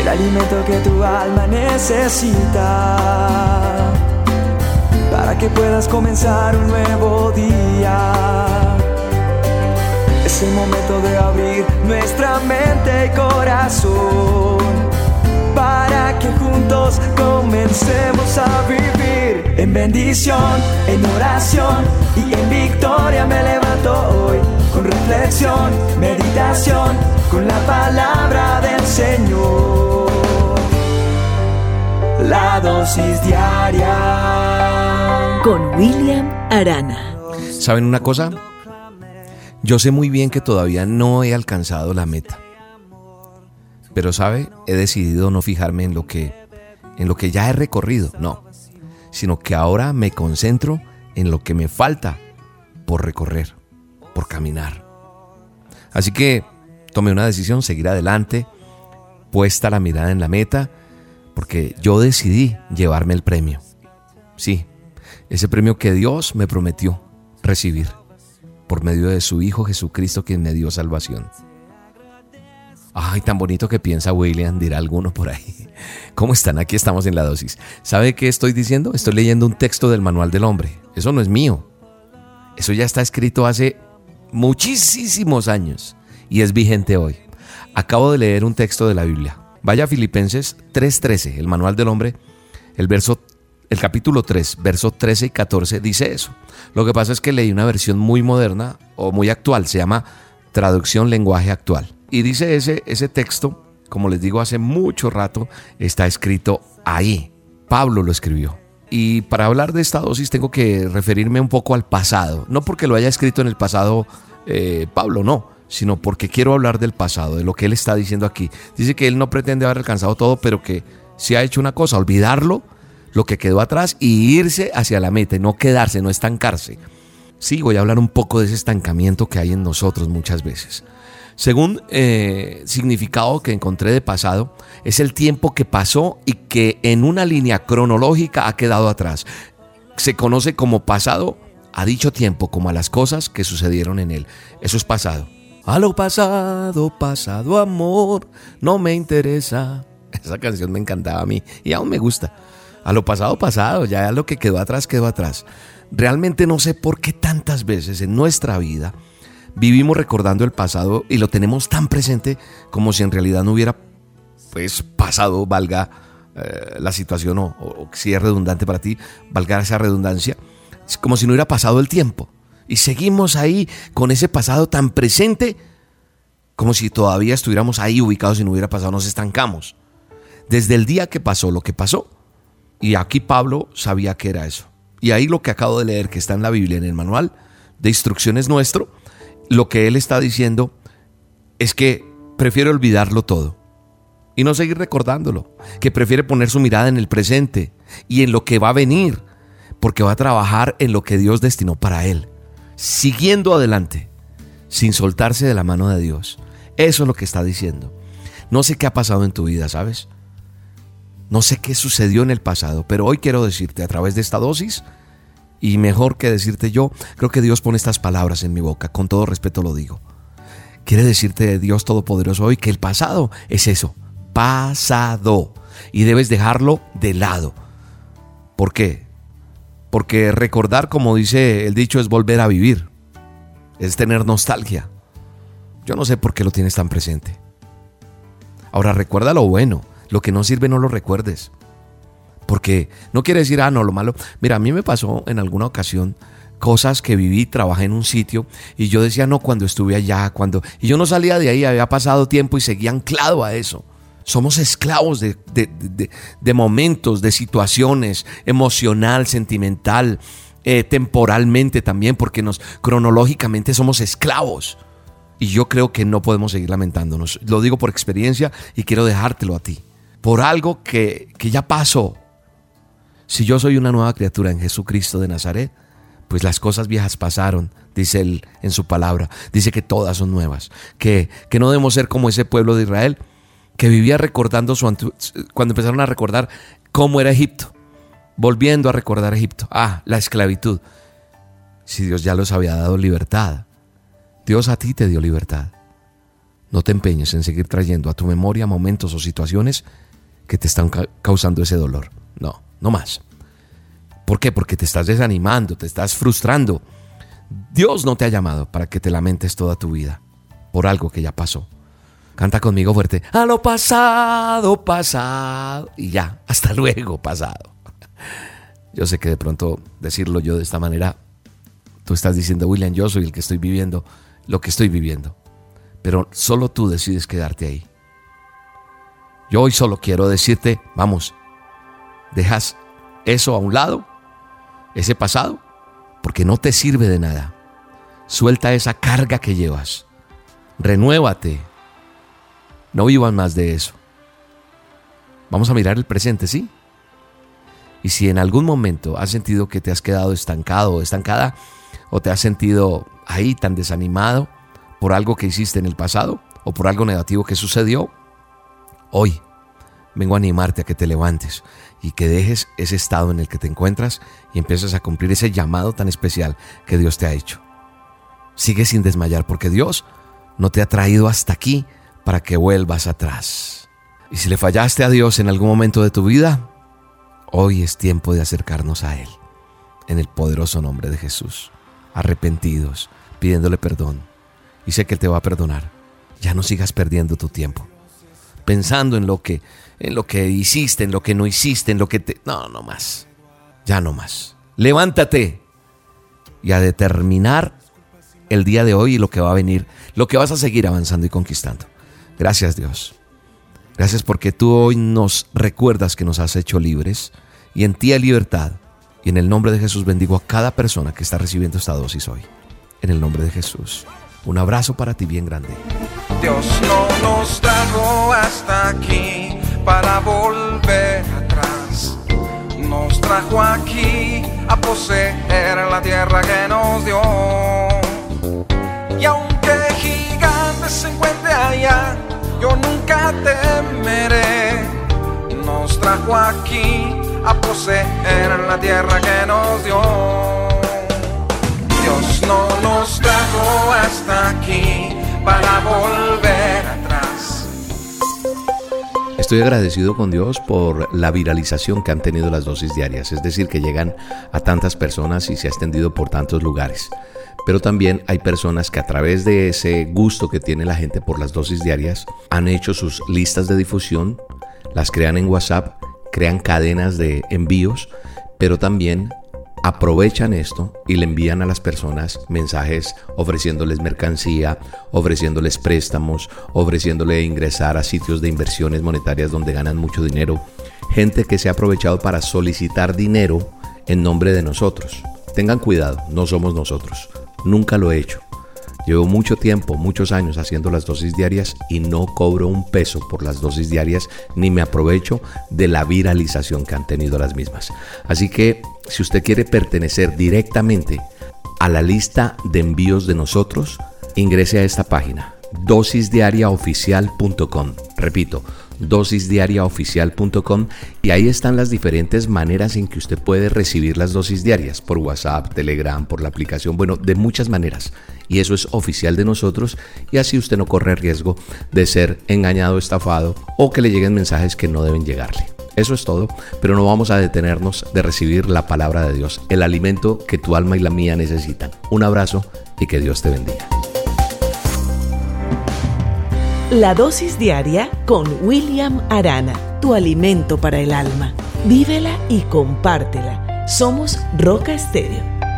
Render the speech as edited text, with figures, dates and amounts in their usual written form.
alimento que tu alma necesita, para que puedas comenzar un nuevo día. Es el momento de abrir nuestra mente y corazón, para que juntos comencemos a vivir en bendición, en oración y en victoria. Me levanto hoy con reflexión, meditación, con la palabra del Señor. La dosis diaria con William Arana. ¿Saben una cosa? Yo sé muy bien que todavía no he alcanzado la meta, pero ¿sabe? He decidido no fijarme en lo que ya he recorrido, no, sino que ahora me concentro en lo que me falta por recorrer, por caminar. Así que tomé una decisión, seguir adelante, puesta la mirada en la meta, porque yo decidí llevarme el premio. Sí, ese premio que Dios me prometió recibir por medio de su Hijo Jesucristo, quien me dio salvación. Ay, tan bonito que piensa William, dirá alguno por ahí. ¿Cómo están? Aquí estamos en La Dosis. ¿Sabe qué estoy diciendo? Estoy leyendo un texto del Manual del Hombre. Eso no es mío. Eso ya está escrito hace muchísimos años y es vigente hoy. Acabo de leer un texto de la Biblia. Vaya a Filipenses 3:13, el Manual del Hombre, el capítulo 3, versos 13 y 14 dice eso. Lo que pasa es que leí una versión muy moderna o muy actual, se llama Traducción Lenguaje Actual. Y dice ese texto, como les digo, hace mucho rato está escrito ahí. Pablo lo escribió. Y para hablar de esta dosis tengo que referirme un poco al pasado. No porque lo haya escrito en el pasado Pablo, no, sino porque quiero hablar del pasado, de lo que él está diciendo aquí. Dice que él no pretende haber alcanzado todo, pero que sí ha hecho una cosa, olvidarlo, lo que quedó atrás y irse hacia la meta, no quedarse, no estancarse. Sí, voy a hablar un poco de ese estancamiento que hay en nosotros muchas veces. Según significado que encontré de pasado, es el tiempo que pasó y que en una línea cronológica ha quedado atrás. Se conoce como pasado a dicho tiempo, como a las cosas que sucedieron en él. Eso es pasado. A lo pasado, pasado amor, no me interesa. Esa canción me encantaba a mí y aún me gusta. A lo pasado, pasado, ya lo que quedó atrás, quedó atrás. Realmente no sé por qué tantas veces en nuestra vida vivimos recordando el pasado y lo tenemos tan presente como si en realidad no hubiera pasado, valga la situación o si es redundante para ti, valga esa redundancia, es como si no hubiera pasado el tiempo. Y seguimos ahí con ese pasado tan presente como si todavía estuviéramos ahí ubicados y no hubiera pasado, nos estancamos. Desde el día que pasó lo que pasó, y aquí Pablo sabía que era eso. Y ahí lo que acabo de leer, que está en la Biblia, en el manual de instrucciones nuestro, lo que él está diciendo es que prefiere olvidarlo todo y no seguir recordándolo, que prefiere poner su mirada en el presente y en lo que va a venir, porque va a trabajar en lo que Dios destinó para él, siguiendo adelante, sin soltarse de la mano de Dios. Eso es lo que está diciendo. No sé qué ha pasado en tu vida, ¿sabes? No sé qué sucedió en el pasado, pero hoy quiero decirte a través de esta dosis, y mejor que decirte yo, creo que Dios pone estas palabras en mi boca, con todo respeto lo digo. Quiere decirte Dios Todopoderoso hoy que el pasado es eso, pasado, y debes dejarlo de lado. ¿Por qué? Porque recordar, como dice el dicho, es volver a vivir, es tener nostalgia. Yo no sé por qué lo tienes tan presente. Ahora recuerda lo bueno. Lo que no sirve no lo recuerdes, porque no quiere decir, no, lo malo. Mira, a mí me pasó en alguna ocasión cosas que viví, trabajé en un sitio y yo decía, no, cuando estuve allá, y yo no salía de ahí, había pasado tiempo y seguía anclado a eso. Somos esclavos de momentos, de situaciones, emocional, sentimental, temporalmente también, porque cronológicamente somos esclavos. Y yo creo que no podemos seguir lamentándonos. Lo digo por experiencia y quiero dejártelo a ti. Por algo que ya pasó. Si yo soy una nueva criatura en Jesucristo de Nazaret, pues las cosas viejas pasaron, dice él en su palabra. Dice que todas son nuevas, que no debemos ser como ese pueblo de Israel que vivía recordando cuando empezaron a recordar cómo era Egipto, volviendo a recordar Egipto. La esclavitud. Si Dios ya los había dado libertad, Dios a ti te dio libertad. No te empeñes en seguir trayendo a tu memoria momentos o situaciones que te están causando ese dolor. No, no más. ¿Por qué? Porque te estás desanimando, te estás frustrando. Dios no te ha llamado para que te lamentes toda tu vida por algo que ya pasó. Canta conmigo fuerte: a lo pasado, pasado. Y ya, hasta luego, pasado. Yo sé que de pronto decirlo yo de esta manera, tú estás diciendo: William, yo soy el que estoy viviendo lo que estoy viviendo. Pero solo tú decides quedarte ahí. Yo hoy solo quiero decirte: vamos, dejas eso a un lado, ese pasado, porque no te sirve de nada. Suelta esa carga que llevas. Renuévate. No vivas más de eso. Vamos a mirar el presente, ¿sí? Y si en algún momento has sentido que te has quedado estancado o estancada, o te has sentido ahí tan desanimado por algo que hiciste en el pasado o por algo negativo que sucedió, hoy vengo a animarte a que te levantes y que dejes ese estado en el que te encuentras y empieces a cumplir ese llamado tan especial que Dios te ha hecho. Sigue sin desmayar, porque Dios no te ha traído hasta aquí para que vuelvas atrás. Y si le fallaste a Dios en algún momento de tu vida, hoy es tiempo de acercarnos a Él, en el poderoso nombre de Jesús, arrepentidos, pidiéndole perdón. Y sé que Él te va a perdonar. Ya no sigas perdiendo tu tiempo pensando en lo que hiciste, en lo que no hiciste, en lo que te... No más. Ya no más. Levántate y a determinar el día de hoy y lo que va a venir, lo que vas a seguir avanzando y conquistando. Gracias, Dios. Gracias porque tú hoy nos recuerdas que nos has hecho libres y en ti hay libertad. Y en el nombre de Jesús bendigo a cada persona que está recibiendo esta dosis hoy. En el nombre de Jesús. Un abrazo para ti bien grande. Dios no nos trajo hasta aquí para volver atrás. Nos trajo aquí a poseer la tierra que nos dio. Y aunque gigantes se encuentre allá, yo nunca temeré. Nos trajo aquí a poseer la tierra que nos dio. Dios no nos trajo hasta aquí para volver atrás. Estoy agradecido con Dios por la viralización que han tenido las dosis diarias, es decir, que llegan a tantas personas y se ha extendido por tantos lugares. Pero también hay personas que a través de ese gusto que tiene la gente por las dosis diarias han hecho sus listas de difusión, las crean en WhatsApp, crean cadenas de envíos, pero también aprovechan esto y le envían a las personas mensajes ofreciéndoles mercancía, ofreciéndoles préstamos, ofreciéndole ingresar a sitios de inversiones monetarias donde ganan mucho dinero. Gente que se ha aprovechado para solicitar dinero en nombre de nosotros. Tengan cuidado, no somos nosotros. Nunca lo he hecho. Llevo mucho tiempo, muchos años haciendo las dosis diarias y no cobro un peso por las dosis diarias ni me aprovecho de la viralización que han tenido las mismas. Así que si usted quiere pertenecer directamente a la lista de envíos de nosotros, ingrese a esta página, dosisdiariaoficial.com. Repito, dosisdiariaoficial.com, y ahí están las diferentes maneras en que usted puede recibir las dosis diarias, por WhatsApp, Telegram, por la aplicación, bueno, de muchas maneras, y eso es oficial de nosotros, y así usted no corre riesgo de ser engañado, estafado o que le lleguen mensajes que no deben llegarle. Eso es todo, pero no vamos a detenernos de recibir la palabra de Dios, el alimento que tu alma y la mía necesitan. Un abrazo y que Dios te bendiga. La dosis diaria con William Arana, tu alimento para el alma. Vívela y compártela. Somos Roca Estéreo.